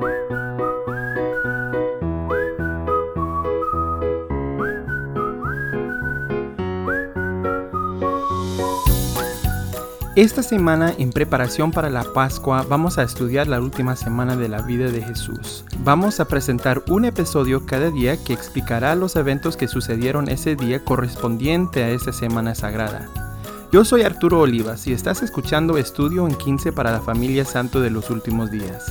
Esta semana, en preparación para la Pascua, vamos a estudiar la última semana de la vida de Jesús. Vamos a presentar un episodio cada día que explicará los eventos que sucedieron ese día correspondiente a esta semana sagrada. Yo soy Arturo Olivas y estás escuchando Estudio en 15 para la familia Santo de los Últimos Días.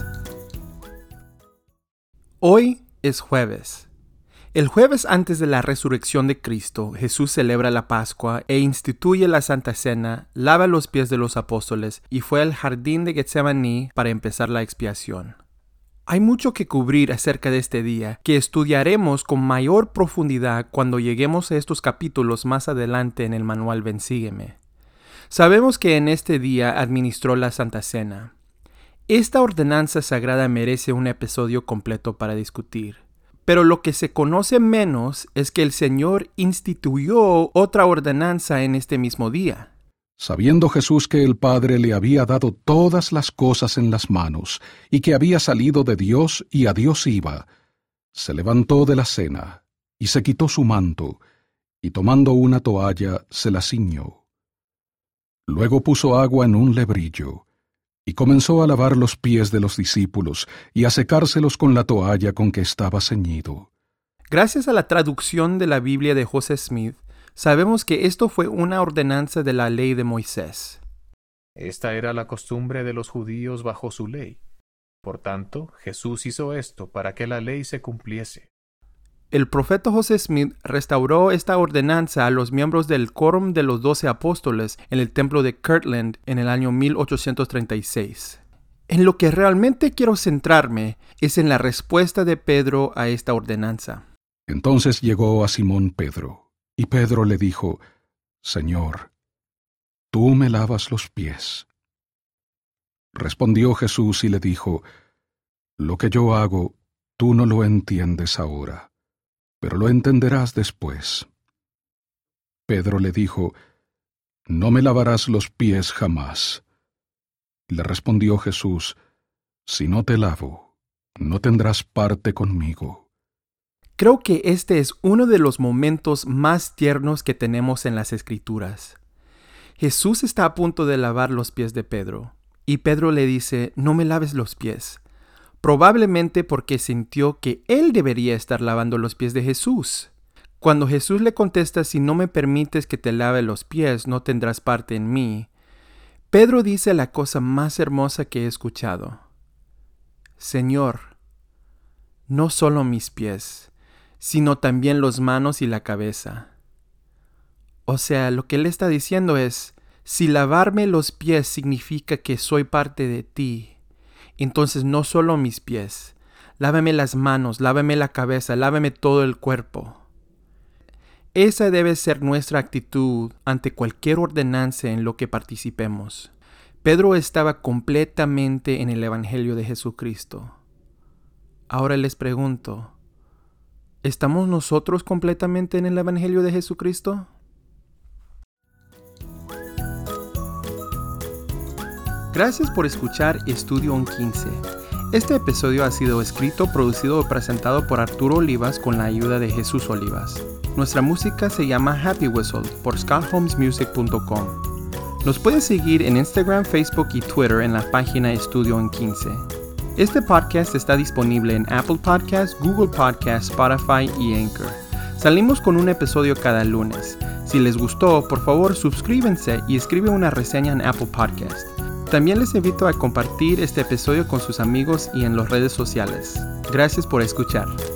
Hoy es jueves. El jueves antes de la resurrección de Cristo, Jesús celebra la Pascua e instituye la Santa Cena, lava los pies de los apóstoles y fue al jardín de Getsemaní para empezar la expiación. Hay mucho que cubrir acerca de este día, que estudiaremos con mayor profundidad cuando lleguemos a estos capítulos más adelante en el manual Ven Sígueme. Sabemos que en este día administró la Santa Cena. Esta ordenanza sagrada merece un episodio completo para discutir. Pero lo que se conoce menos es que el Señor instituyó otra ordenanza en este mismo día. Sabiendo Jesús que el Padre le había dado todas las cosas en las manos, y que había salido de Dios y a Dios iba, se levantó de la cena, y se quitó su manto, y tomando una toalla, se la ciñó. Luego puso agua en un lebrillo, y comenzó a lavar los pies de los discípulos y a secárselos con la toalla con que estaba ceñido. Gracias a la traducción de la Biblia de José Smith, sabemos que esto fue una ordenanza de la ley de Moisés. Esta era la costumbre de los judíos bajo su ley. Por tanto, Jesús hizo esto para que la ley se cumpliese. El profeta José Smith restauró esta ordenanza a los miembros del Quórum de los 12 Apóstoles en el templo de Kirtland en el año 1836. En lo que realmente quiero centrarme es en la respuesta de Pedro a esta ordenanza. Entonces llegó a Simón Pedro, y Pedro le dijo: «Señor, ¿tú me lavas los pies?». Respondió Jesús y le dijo: «Lo que yo hago, tú no lo entiendes ahora, pero lo entenderás después». Pedro le dijo: «No me lavarás los pies jamás». Le respondió Jesús: «Si no te lavo, no tendrás parte conmigo». Creo que este es uno de los momentos más tiernos que tenemos en las Escrituras. Jesús está a punto de lavar los pies de Pedro, y Pedro le dice: «No me laves los pies». Probablemente porque sintió que él debería estar lavando los pies de Jesús. Cuando Jesús le contesta: «Si no me permites que te lave los pies, no tendrás parte en mí», Pedro dice la cosa más hermosa que he escuchado: «Señor, no solo mis pies, sino también las manos y la cabeza». O sea, lo que él está diciendo es: si lavarme los pies significa que soy parte de ti, entonces no solo mis pies, lávame las manos, lávame la cabeza, lávame todo el cuerpo. Esa debe ser nuestra actitud ante cualquier ordenanza en lo que participemos. Pedro estaba completamente en el Evangelio de Jesucristo. Ahora les pregunto, ¿estamos nosotros completamente en el Evangelio de Jesucristo? Gracias por escuchar Estudio en 15. Este episodio ha sido escrito, producido y presentado por Arturo Olivas con la ayuda de Jesús Olivas. Nuestra música se llama Happy Whistle por scotthomesmusic.com. Nos puedes seguir en Instagram, Facebook y Twitter en la página Estudio en 15. Este podcast está disponible en Apple Podcasts, Google Podcasts, Spotify y Anchor. Salimos con un episodio cada lunes. Si les gustó, por favor suscríbanse y escribe una reseña en Apple Podcasts. También les invito a compartir este episodio con sus amigos y en las redes sociales. Gracias por escuchar.